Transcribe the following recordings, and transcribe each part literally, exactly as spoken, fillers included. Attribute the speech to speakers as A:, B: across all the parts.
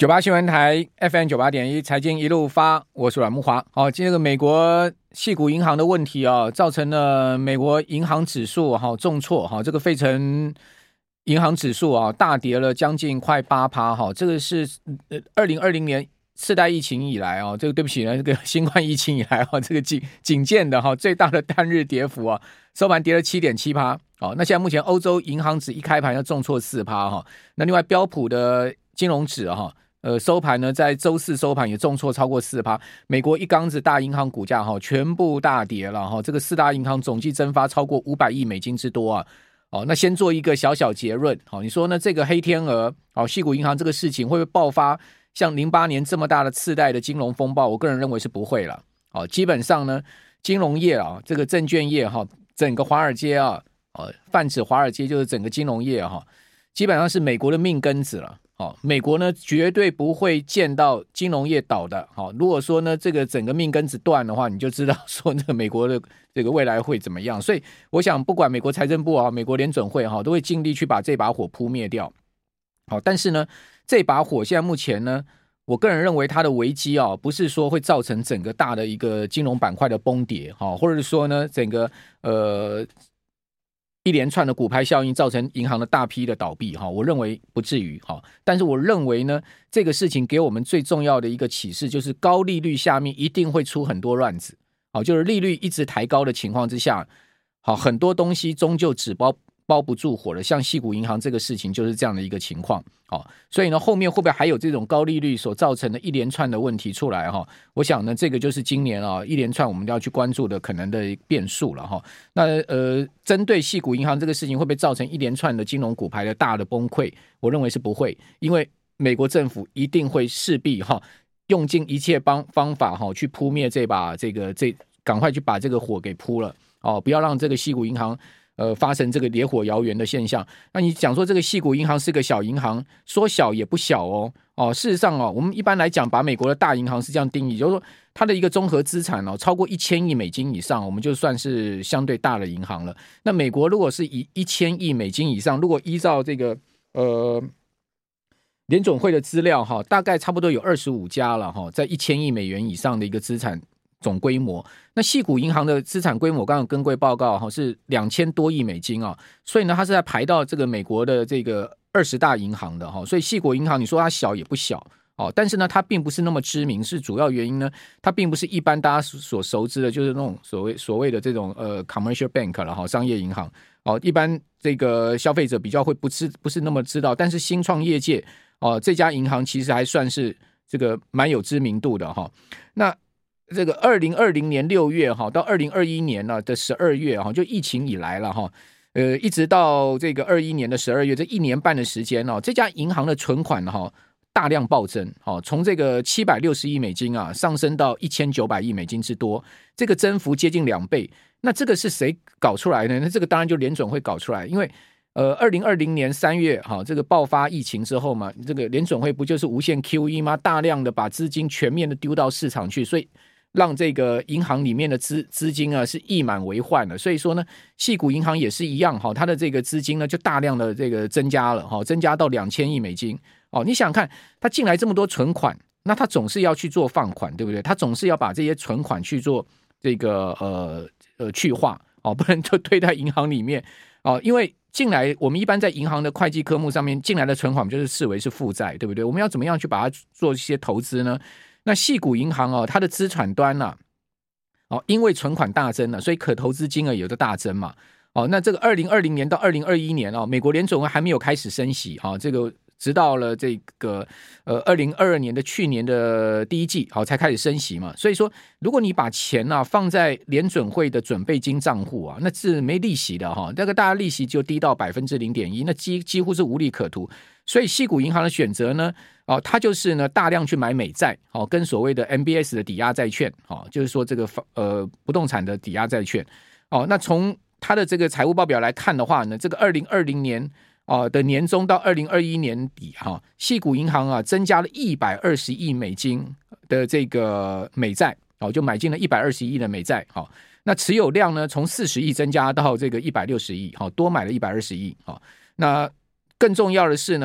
A: 九八新闻台 F M 九八点一财经一路发，我是阮木华。好，这个美国矽谷银行的问题啊，造成了美国银行指数哈重挫哈，这个费城银行指数啊大跌了将近快八趴哈，这个是二零二零年次贷疫情以来啊，这个对不起呢，这个新冠疫情以来啊，这个仅仅见的哈最大的单日跌幅啊，收盘跌了七点七趴。好，那现在目前欧洲银行指一开盘要重挫四趴哈，那另外标普的金融指哈。呃，收盘呢，在周四收盘也重挫超过 百分之四， 美国一缸子大银行股价哈全部大跌了哈，这个四大银行总计蒸发超过五百亿美金之多啊。哦，那先做一个小小结论，好，你说呢？这个黑天鹅，好，矽谷银行这个事情会不会爆发像零八年这么大的次贷的金融风暴？我个人认为是不会了。好，基本上呢，金融业啊，这个证券业哈，整个华尔街啊，呃，泛指华尔街就是整个金融业哈，基本上是美国的命根子了。哦、美国呢绝对不会见到金融业倒的、哦、如果说呢这个整个命根子断的话，你就知道说那个美国的这个未来会怎么样。所以我想不管美国财政部啊、美国联准会、啊、都会尽力去把这把火扑灭掉、哦、但是呢这把火现在目前呢，我个人认为它的危机啊，不是说会造成整个大的一个金融板块的崩跌、哦、或者是说呢整个呃一连串的股牌效应造成银行的大批的倒闭，我认为不至于。但是我认为呢，这个事情给我们最重要的一个启示就是高利率下面一定会出很多乱子，就是利率一直抬高的情况之下，很多东西终究纸包包不住火了，像矽谷银行这个事情就是这样的一个情况。所以呢，后面会不会还有这种高利率所造成的一连串的问题出来？我想呢，这个就是今年啊一连串我们要去关注的可能的变数了。那呃，针对矽谷银行这个事情会不会造成一连串的金融股牌的大的崩溃？我认为是不会，因为美国政府一定会势必哈用尽一切方方法哈去扑灭这把这个这赶快去把这个火给扑了哦，不要让这个矽谷银行。呃，发生这个烈火燎原的现象。那你讲说这个矽谷银行是个小银行，说小也不小哦。哦，事实上哦，我们一般来讲，把美国的大银行是这样定义，就是说它的一个综合资产哦，超过一千亿美金以上，我们就算是相对大的银行了。那美国如果是以一千亿美金以上，如果依照这个呃联准会的资料哈，大概差不多有二十五家了哈，在一千亿美元以上的一个资产总规模。那矽谷银行的资产规模刚刚跟贵报告是两千多亿美金啊，所以呢它是在排到这个美国的这个二十大银行的哈，所以矽谷银行你说它小也不小哦，但是呢它并不是那么知名，是主要原因呢它并不是一般大家所熟知的，就是那种所谓所谓的这种呃 commercial bank 了哈，商业银行哦，一般这个消费者比较会不知不是那么知道，但是新创业界哦这家银行其实还算是这个蛮有知名度的哈，那。这个二零二零年六月哈到二零二一年呢的十二月哈，就疫情以来了哈，呃，一直到这个二一年的十二月，这一年半的时间哦，这家银行的存款哈大量暴增，哦，从这个七百六十亿美金啊上升到一千九百亿美金之多，这个增幅接近两倍。那这个是谁搞出来的？那这个当然就联准会搞出来，因为呃，二零二零年三月哈，这个爆发疫情之后嘛，这个联准会不就是无限 Q E 吗？大量的把资金全面的丢到市场去，所以。让这个银行里面的资资金啊是溢满为患了，所以说呢，矽谷银行也是一样哈，它的这个资金呢就大量的这个增加了哈，增加到两千亿美金哦。你想想看，它进来这么多存款，那它总是要去做放款，对不对？它总是要把这些存款去做这个呃呃去化哦，不能就推在银行里面哦，因为进来我们一般在银行的会计科目上面进来的存款就是视为是负债，对不对？我们要怎么样去把它做一些投资呢？那矽谷银行哦，它的资产端啊，哦，因为存款大增了，所以可投资金额有的大增嘛。哦，那这个二零二零年到二零二一年哦，美国联准会还没有开始升息啊、哦，这个直到了这个呃二零二二年的去年的第一季，好、哦、才开始升息嘛。所以说，如果你把钱啊放在联准会的准备金账户啊，那是没利息的哈、哦，那个大家利息就低到百分之零点一，那几几乎是无利可图。所以矽谷银行的选择呢，哦，它就是呢大量去买美债，哦，跟所谓的 M B S 的抵押债券，哦，就是说这个呃不动产的抵押债券，哦，那从它的这个财务报表来看的话呢，这个二零二零年哦的年中到二零二一年底哈，矽谷银行啊增加了一百二十亿美金的这个美债，哦，就买进了一百二十亿的美债，好、哦，那持有量呢从四十亿增加到这个一百六十亿，好、哦，多买了一百二十亿，好、哦，那。更重要的是呢，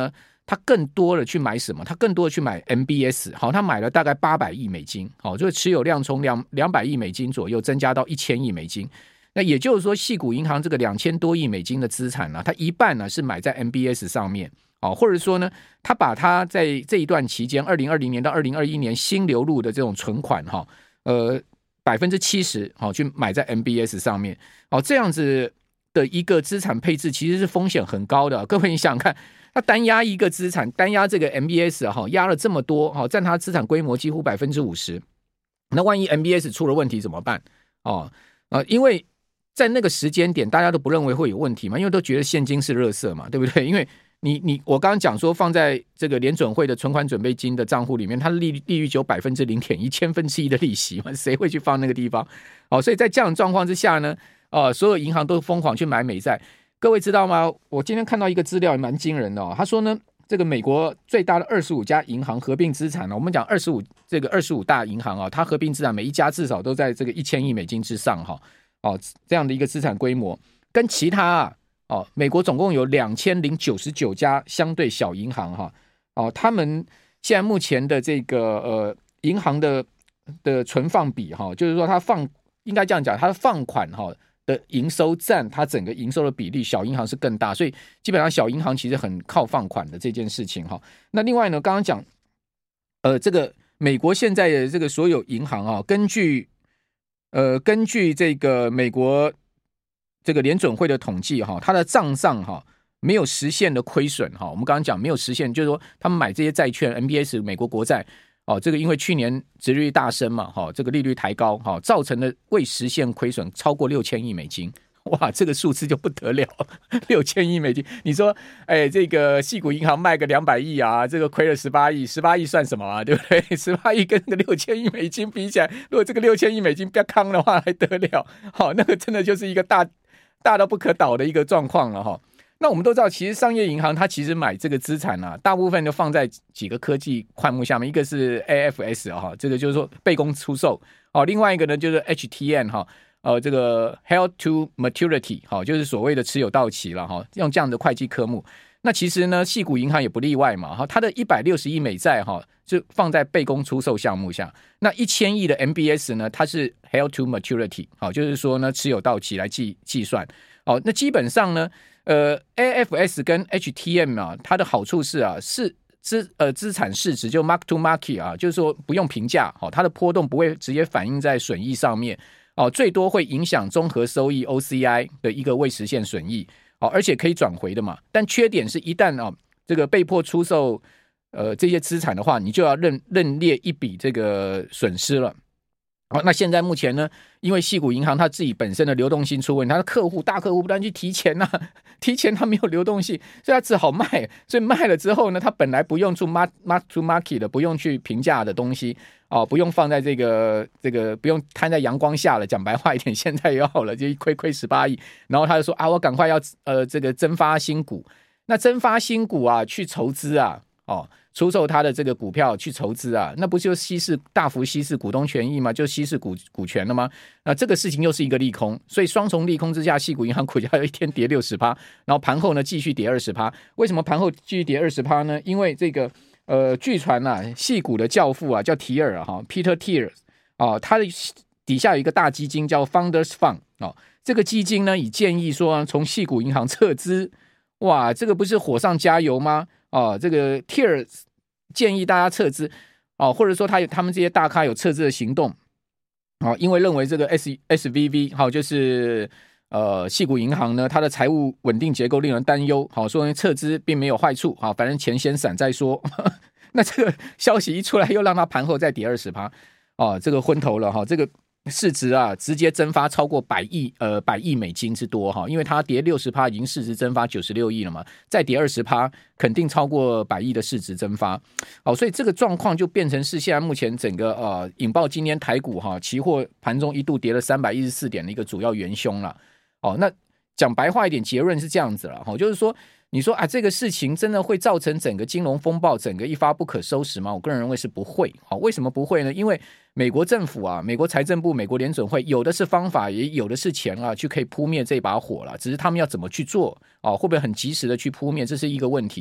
A: 他更多的去买什么？他更多的去买 M B S， 好，他买了大概八百亿美金，好，就是持有量从两两百亿美金左右增加到一千亿美金。那也就是说，矽谷银行这个两千多亿美金的资产呢、啊，它一半呢是买在 M B S 上面，哦，或者说呢，他把它在这一段期间，二零二零年到二零二一年新流入的这种存款哈，呃，百分之七十好去买在 M B S 上面，哦，这样子的一个资产配置其实是风险很高的。各位你想想看，他单压一个资产，单压这个 M B S 哈，压了这么多，哈，占他资产规模几乎百分之五十。那万一 M B S 出了问题怎么办？哦，呃，因为在那个时间点，大家都不认为会有问题嘛，因为都觉得现金是垃圾嘛，对不对？因为你你我刚刚讲说，放在这个联准会的存款准备金的账户里面，它的利率利率只有百分之零点一，千分之一的利息嘛，谁会去放那个地方？哦，所以在这样的状况之下呢，呃，所有银行都疯狂去买美债。各位知道吗？我今天看到一个资料也蛮惊人的哦，他说呢，这个美国最大的二十五家银行合并资产呢，我们讲二十五这个二十五大银行啊，它合并资产每一家至少都在这个一千亿美金之上哈。哦，这样的一个资产规模，跟其他啊，哦，美国总共有两千零九十九家相对小银行哈，哦，他们现在目前的这个呃银行的的存放比哈，就是说它放应该这样讲，它的放款哈的营收占它整个营收的比例，小银行是更大，所以基本上小银行其实很靠放款的这件事情哈。那另外呢，刚刚讲呃这个美国现在的这个所有银行啊，根据呃，根据这个美国这个联准会的统计哈，它的账上哈没有实现的亏损哈。我们刚刚讲没有实现，就是说他们买这些债券 M B S 美国国债哦，这个因为去年殖利率大升嘛，哈，这个利率抬高哈，造成的未实现亏损超过六千亿美金。哇，这个数字就不得了，六千亿美金。你说，哎，这个矽谷银行卖个两百亿啊，这个亏了十八亿，十八亿算什么啊？对不对？十八亿跟那个六千亿美金比起来，如果这个六千亿美金不要康的话，还得了？好，那个真的就是一个大大到不可倒的一个状况了哈。那我们都知道，其实商业银行它其实买这个资产啊，大部分都放在几个科技项目下面，一个是 A F S 哈，这个就是说备公出售哦，另外一个呢就是 H T M 哈。呃，这个 held to maturity 好，就是所谓的持有到期了哈，用这样的会计科目。那其实呢，矽谷银行也不例外嘛哈，它的一百六十亿美债哈，就放在备公出售项目下。那一千亿的 M B S 呢，它是 held to maturity 好，就是说呢，持有到期来计计算。好，那基本上呢，呃 ，A F S 跟 H T M 啊，它的好处是啊，是资呃资产市值就 mark to market 啊，就是说不用评价，好，它的波动不会直接反映在损益上面。哦，最多会影响综合收益 O C I 的一个未实现损益，哦，而且可以转回的嘛。但缺点是一旦哦这个被迫出售呃这些资产的话，你就要认认列一笔这个损失了。好，那现在目前呢，因为矽谷银行它自己本身的流动性出问题，它的客户大客户不断去提钱啊，提钱它没有流动性，所以它只好卖。所以卖了之后呢，它本来不用出 mark mark to market 的，不用去评价的东西哦，不用放在这个这个不用摊在阳光下了。讲白话一点，现在要好了，就亏亏十八亿，然后他就说啊，我赶快要呃这个增发新股。那增发新股啊，去筹资啊，哦。出售他的这个股票去筹资啊，那不就稀释大幅稀释股东权益吗？就稀释股股权了吗？那这个事情又是一个利空，所以双重利空之下，矽谷银行股价有一天跌六十趴，然后盘后呢继续跌二十趴。为什么盘后继续跌二十趴呢？因为这个呃，据传啊，矽谷的教父啊叫提尔啊哈 ，Peter Thiel 啊，他的底下有一个大基金叫 Founders Fund 啊，这个基金呢以建议说从矽谷银行撤资，哇，这个不是火上加油吗？哦，这个 Tier 建议大家撤资哦，或者说他有他们这些大咖有撤资的行动哦，因为认为这个 S S V V 好、哦、就是呃矽谷银行呢，它的财务稳定结构令人担忧，好、哦、说撤资并没有坏处，好、哦、反正钱先散再说。那这个消息一出来，又让它盘后再跌二十趴哦，这个昏头了哈、哦，这个。市值啊，直接蒸发超过百亿呃百亿美金之多哈，因为它跌六十趴，已经市值蒸发九十六亿了嘛，再跌二十趴，肯定超过百亿的市值蒸发。哦，所以这个状况就变成是现在目前整个呃引爆今年台股哈期货盘中一度跌了三百一十四点的一个主要元凶了。哦，那讲白话一点，结论是这样子了哈，就是说。你说啊，这个事情真的会造成整个金融风暴整个一发不可收拾吗？我个人认为是不会。好，为什么不会呢？因为美国政府啊，美国财政部、美国联准会有的是方法，也有的是钱啊，去可以扑灭这把火了。只是他们要怎么去做啊？会不会很及时的去扑灭，这是一个问题。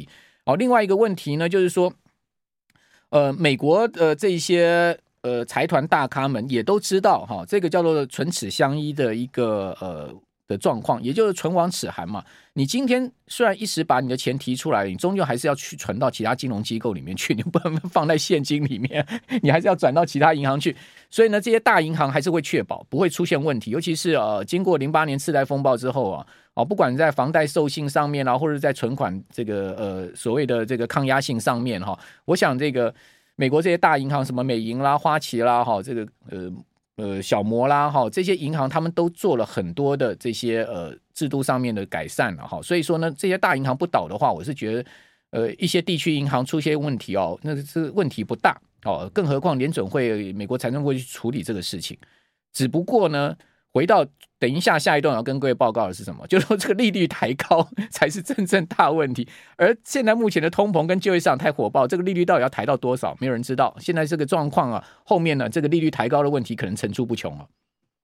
A: 好，另外一个问题呢，就是说，呃，美国的这些呃财团大咖们也都知道哈，这个叫做唇齿相依的一个呃的状况，也就是唇亡齿寒嘛。你今天虽然一时把你的钱提出来，你终究还是要去存到其他金融机构里面去，你不能放在现金里面，你还是要转到其他银行去。所以呢，这些大银行还是会确保不会出现问题，尤其是呃经过零八年次贷风暴之后啊。哦，不管在房贷授信上面啊，或者在存款这个呃所谓的这个抗压性上面哈，我想这个美国这些大银行，什么美银啦、花旗啦，哈，这个呃呃小摩啦，哈，这些银行他们都做了很多的这些呃制度上面的改善了哈，所以说呢，这些大银行不倒的话，我是觉得呃一些地区银行出现问题哦，那是问题不大哦，更何况联准会、美国财政会去处理这个事情，只不过呢。回到等一下下一段要跟各位报告的是什么？就是说这个利率抬高才是真正大问题，而现在目前的通膨跟就业市场太火爆，这个利率到底要抬到多少？没有人知道。现在这个状况啊，后面呢这个利率抬高的问题可能层出不穷啊。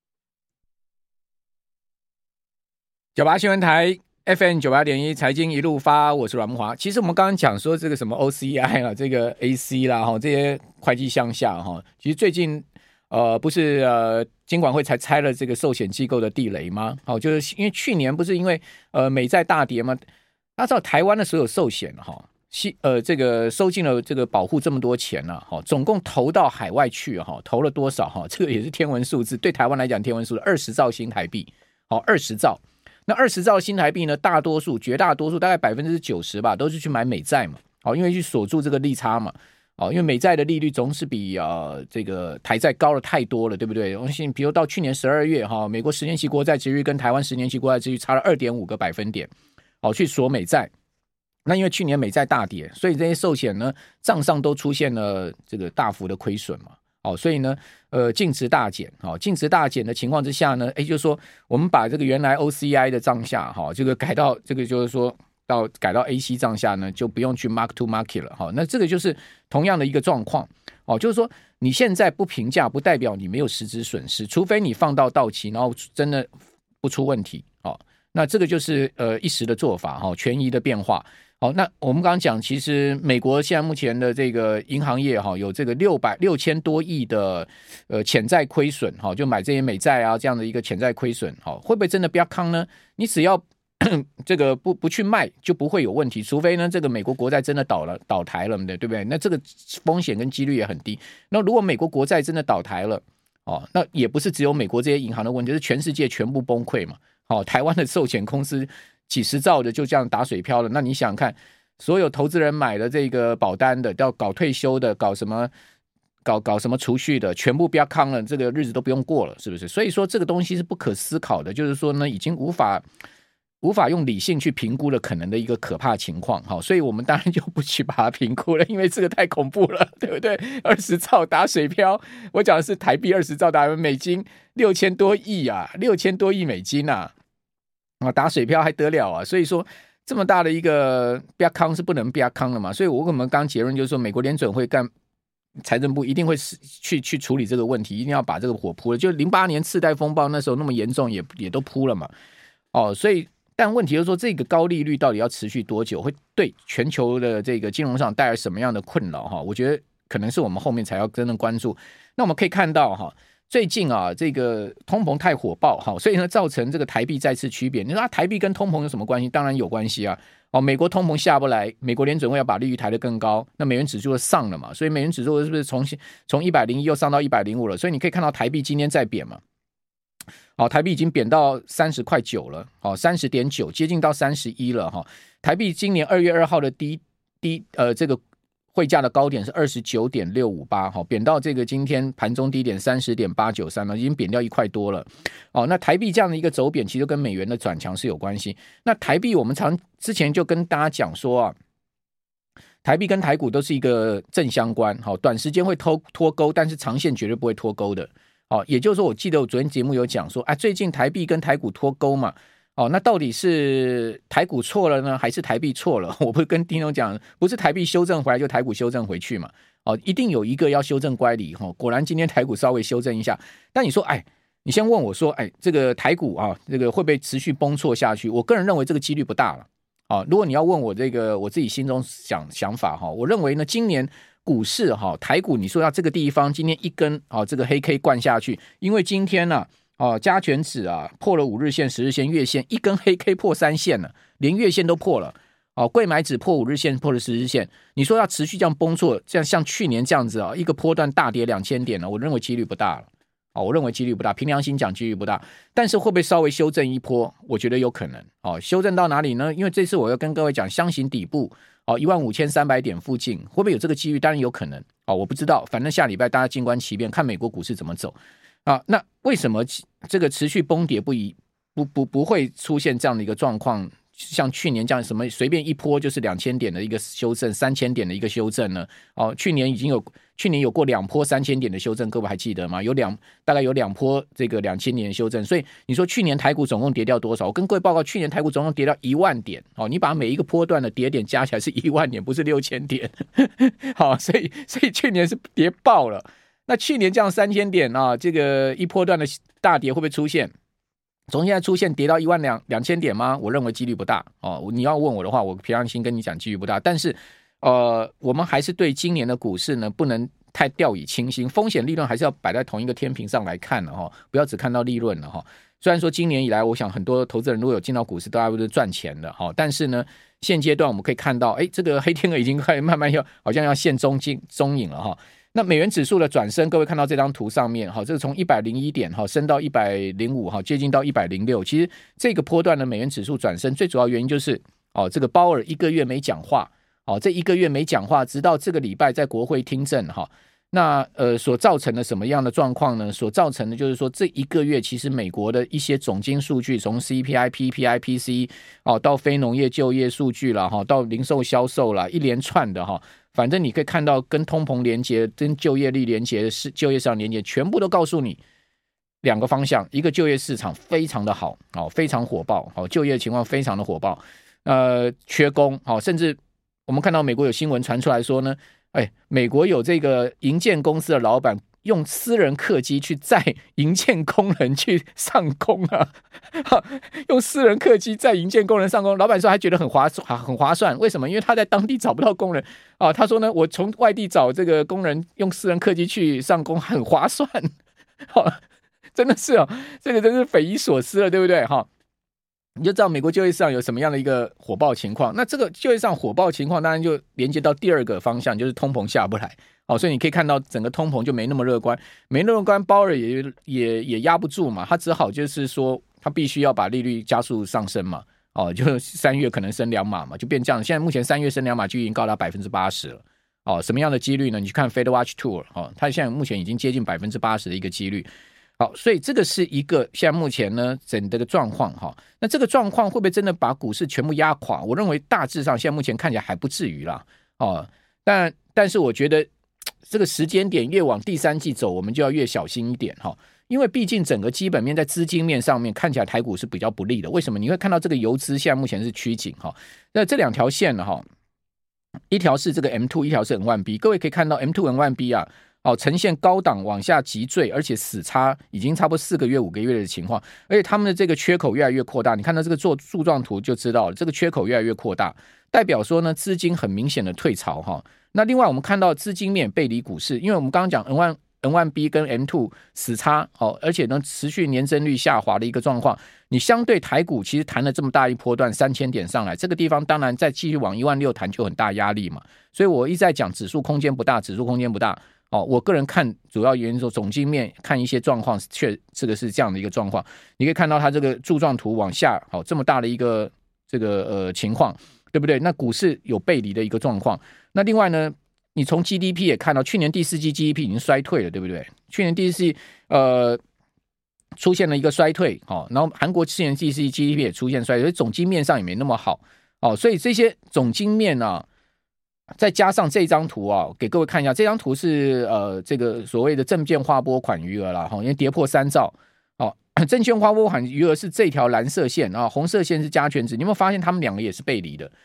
A: 九八新闻台 F M 九八点一财经一路发，我是阮慕骅。其实我们刚刚讲说这个什么 O C I 啦，这个 A C 啦，哈，这些会计项下哈，其实最近。呃，不是呃，金管会才拆了这个寿险机构的地雷吗？好、哦，就是因为去年不是因为呃美债大跌吗？大家知道台湾的所有寿险哈，西、哦、呃这个收进了这个保护这么多钱了、啊、哈、哦，总共投到海外去哈、哦，投了多少哈、哦？这个也是天文数字，对台湾来讲天文数字，二十兆新台币，好、哦，二十兆。那二十兆新台币呢，大多数绝大多数大概百分之九十吧，都是去买美债嘛，好、哦，因为去锁住这个利差嘛。哦，因为美债的利率总是比呃这个台债高了太多了，对不对？我信，比如到去年十二月哈、哦，美国十年期国债殖利率跟台湾十年期国债殖利率差了二点五个百分点，哦，去锁美债。那因为去年美债大跌，所以这些寿险呢账上都出现了这个大幅的亏损嘛，哦，所以呢呃净值大减，哦，净值大减的情况之下呢，哎，就是说我们把这个原来 O C I 的账下哈、哦，这个改到这个就是说。到改到 A C 账下呢，就不用去 mark to market 了哈。那这个就是同样的一个状况哦，就是说你现在不评价，不代表你没有实质损失，除非你放到到期，然后真的不出问题哦。那这个就是呃一时的做法哈，权益的变化。好，那我们刚刚讲，其实美国现在目前的这个银行业哈，有这个六百六千多亿的呃潜在亏损哈，就买这些美债啊这样的一个潜在亏损，好，会不会真的不要康呢？你只要这个不不去卖就不会有问题，除非呢这个美国国债真的倒了倒台了，对不对？那这个风险跟几率也很低。那如果美国国债真的倒台了，哦，那也不是只有美国这些银行的问题，是全世界全部崩溃嘛。哦，台湾的寿险公司几十兆的就这样打水漂了。那你想想看，所有投资人买的这个保单的，要搞退休的，搞什么搞搞什么储蓄的，全部不要康了，这个日子都不用过了，是不是？所以说这个东西是不可思考的，就是说呢，已经无法。无法用理性去评估了可能的一个可怕情况，好，所以我们当然就不去把它评估了，因为这个太恐怖了，对不对？二十兆打水漂，我讲的是台币二十兆打美金六千多亿啊，六千多亿美金啊，啊打水漂还得了啊？所以说这么大的一个不要康是不能不要康的嘛，所以我们刚结论就是说，美国联准会干。财政部一定会去去处理这个问题，一定要把这个火扑了。就零八年次贷风暴那时候那么严重，也也都扑了嘛。哦，所以。但问题就是说，这个高利率到底要持续多久，会对全球的这个金融上带来什么样的困扰？哈，我觉得可能是我们后面才要真正关注。那我们可以看到，哈，最近啊，这个通膨太火爆，哈，所以呢，造成这个台币再次区别。你说、啊、台币跟通膨有什么关系？当然有关系啊。哦，美国通膨下不来，美国联准会要把利率抬得更高，那美元指数就上了嘛。所以美元指数是不是从从一百零一又上到一百零五了？所以你可以看到台币今天在贬嘛。哦，台币已经贬到三十块九了，哦，三十点九，接近到三十一了哈、哦。台币今年二月二号的低低呃这个汇价的高点是二十九点六五八，哈，贬到这个今天盘中低点三十点八九三了，已经贬掉一块多了。哦，那台币这样的一个走贬，其实跟美元的转强是有关系。那台币我们常之前就跟大家讲说啊。台币跟台股都是一个正相关，好，短时间会脱脱钩，但是长线绝对不会脱钩的。哦，也就是说，我记得我昨天节目有讲说，啊，最近台币跟台股脱钩嘛，哦，那到底是台股错了呢，还是台币错了？我不是跟丁总讲，不是台币修正回来，就台股修正回去嘛，哦，一定有一个要修正乖离哈、哦。果然今天台股稍微修正一下，但你说，哎，你先问我说，哎，这个台股啊，这个会不会持续崩挫下去？我个人认为这个几率不大了。 啊，如果你要问我这个我自己心中想想法哈，我认为呢，今年股市哈，台股你说要这个地方今天一根啊这个黑 K 灌下去，因为今天呢哦加权指啊破了五日线、十日线、月线，一根黑 K 破三线了，连月线都破了。哦，贵买指破五日线，破了十日线，你说要持续这样崩挫，这样像去年这样子啊，一个波段大跌两千点呢，我认为几率不大了。哦，我认为几率不大，凭良心讲几率不大，但是会不会稍微修正一波？我觉得有可能。哦，修正到哪里呢？因为这次我要跟各位讲箱型底部，哦，一万五千三百点附近，会不会有这个几率？当然有可能。哦，我不知道，反正下礼拜大家静观其变，看美国股市怎么走啊。那为什么这个持续崩跌不已，不不不会出现这样的一个状况？像去年这样什么随便一波就是两千点的一个修正，三千点的一个修正呢？哦，去年已经有去年有过两波三千点的修正，各位还记得吗？有两大概有两波这个两千点的修正，所以你说去年台股总共跌掉多少？我跟各位报告，去年台股总共跌掉一万点哦，你把每一个波段的跌点加起来是一万点，不是六千点。好，所以所以去年是跌爆了。那去年这样三千点啊，这个一波段的大跌会不会出现？从现在出现跌到一万两两千点吗？我认为几率不大哦。你要问我的话，我平常心跟你讲几率不大。但是，呃，我们还是对今年的股市呢，不能太掉以轻心，风险利润还是要摆在同一个天平上来看的哈、哦，不要只看到利润了哈、哦。虽然说今年以来，我想很多投资人如果有进到股市，大家都是赚钱的哈、哦，但是呢，现阶段我们可以看到，哎，这个黑天鹅已经快慢慢要好像要现踪迹踪影了哈、哦。那美元指数的转升，各位看到这张图上面，这个从一百零一点升到一百零五，接近到一百零六。其实这个波段的美元指数转升，最主要原因就是这个鲍尔一个月没讲话，这一个月没讲话，直到这个礼拜在国会听证，那呃所造成的什么样的状况呢？所造成的就是说，这一个月其实美国的一些总经数据，从 C P I、P P I、P C 到非农业就业数据啦，到零售销售啦，一连串的哈。反正你可以看到跟通膨连结、跟就业率连结、就业市场连结，全部都告诉你两个方向：一个就业市场非常的好，非常火爆，就业情况非常的火爆，呃，缺工，甚至我们看到美国有新闻传出来说呢，哎，美国有这个营建公司的老板用私人客机去载营建工人去上工啊，用私人客机载营建工人上工，老板说还觉得很划算，很划算。为什么？因为他在当地找不到工人啊。他说呢，我从外地找这个工人用私人客机去上工，很划算。真的是哦，这个真是匪夷所思了，对不对？哈，你就知道美国就业市场有什么样的一个火爆情况。那这个就业上火爆情况，当然就连接到第二个方向，就是通膨下不来。哦，所以你可以看到整个通膨就没那么乐观，没那么乐观，鲍尔也也也压不住嘛，他只好就是说他必须要把利率加速上升嘛，哦，就三月可能升两码嘛，就变这样。现在目前三月升两码就已经高达百分之八十了，哦，什么样的几率呢？你去看 Fed Watch Tour， 哦，它现在目前已经接近百分之八十的一个几率。好，所以这个是一个现在目前呢整个的状况哈。那这个状况会不会真的把股市全部压垮？我认为大致上现在目前看起来还不至于啦，哦，但但是我觉得。这个时间点越往第三季走，我们就要越小心一点哈，因为毕竟整个基本面在资金面上面看起来台股是比较不利的。为什么？你会看到这个游资现在目前是趋紧哈，那这两条线呢哈，一条是这个 M 二， 一条是 N 一 B。各位可以看到 M 二 N 一 B 啊，哦，呈现高档往下急坠，而且死叉已经差不多四个月、五个月的情况，而且他们的这个缺口越来越扩大。你看到这个做柱状图就知道了，这个缺口越来越扩大，代表说呢资金很明显的退潮哈。那另外我们看到资金面背离股市，因为我们刚刚讲 N 一 N 一 B 跟 M 二 死叉，哦，而且呢持续年增率下滑的一个状况，你相对台股其实弹了这么大一波段三千点上来，这个地方当然再继续往一万六弹就很大压力嘛，所以我一直在讲指数空间不大，指数空间不大。哦，我个人看主要原因说总经面看一些状况，确这个是这样的一个状况，你可以看到它这个柱状图往下，好、哦、这么大的一个这个呃情况，对不对？那股市有背离的一个状况。那另外呢，你从 G D P 也看到，去年第四季 G D P 已经衰退了，对不对？去年第四季呃出现了一个衰退，哦，然后韩国去年第四季 G D P 也出现衰退，所以总经面上也没那么好，哦，所以这些总经面啊，再加上这张图啊，给各位看一下，这张图是呃这个所谓的证券划拨款余额啦，因为跌破三兆，哦，证券划拨款余额是这条蓝色线啊，红色线是加权值，你有没有发现他们两个也是背离的？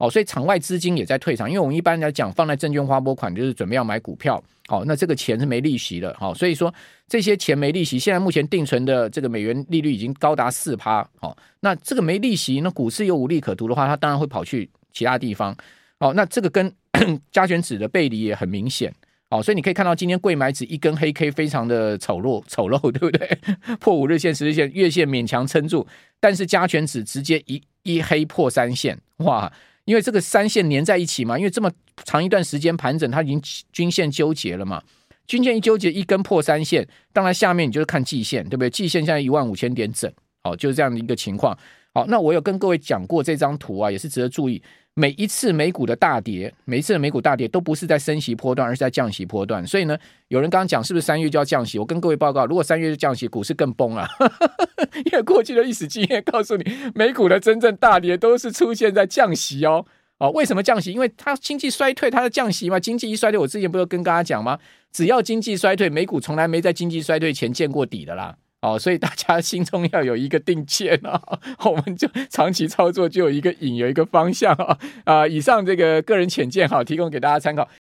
A: 哦，所以场外资金也在退场，因为我们一般来讲放在证券花拨款就是准备要买股票，好，那这个钱是没利息的，好，所以说这些钱没利息，现在目前定存的这个美元利率已经高达 百分之四， 好，那这个没利息，那股市又无利可图的话，它当然会跑去其他地方，好，那这个跟加权指的背离也很明显。好，所以你可以看到今天贵买指一根黑 K 非常的丑陋，丑陋对不对？破五日线、十日线、月线勉强撑住，但是加权指直接一一黑破三线，哇！因为这个三线连在一起嘛，因为这么长一段时间盘整，它已经均线纠结了嘛，均线一纠结，一根破三线，当然下面你就是看季线，对不对？季线现在一万五千点整，好，就是这样的一个情况。好，那我有跟各位讲过这张图啊，也是值得注意。每一次美股的大跌，每一次的美股大跌都不是在升息波段，而是在降息波段。所以呢，有人刚刚讲是不是三月就要降息？我跟各位报告，如果三月就降息，股市更崩啊！因为过去的历史经验告诉你，美股的真正大跌都是出现在降息哦。哦，为什么降息？因为它经济衰退，它的降息嘛。经济一衰退，我之前不是跟大家讲吗？只要经济衰退，美股从来没在经济衰退前见过底的啦。哦，所以大家心中要有一个定见啊，我们就长期操作就有一个引，有一个方向啊。啊、呃，以上这个个人浅见哈，提供给大家参考。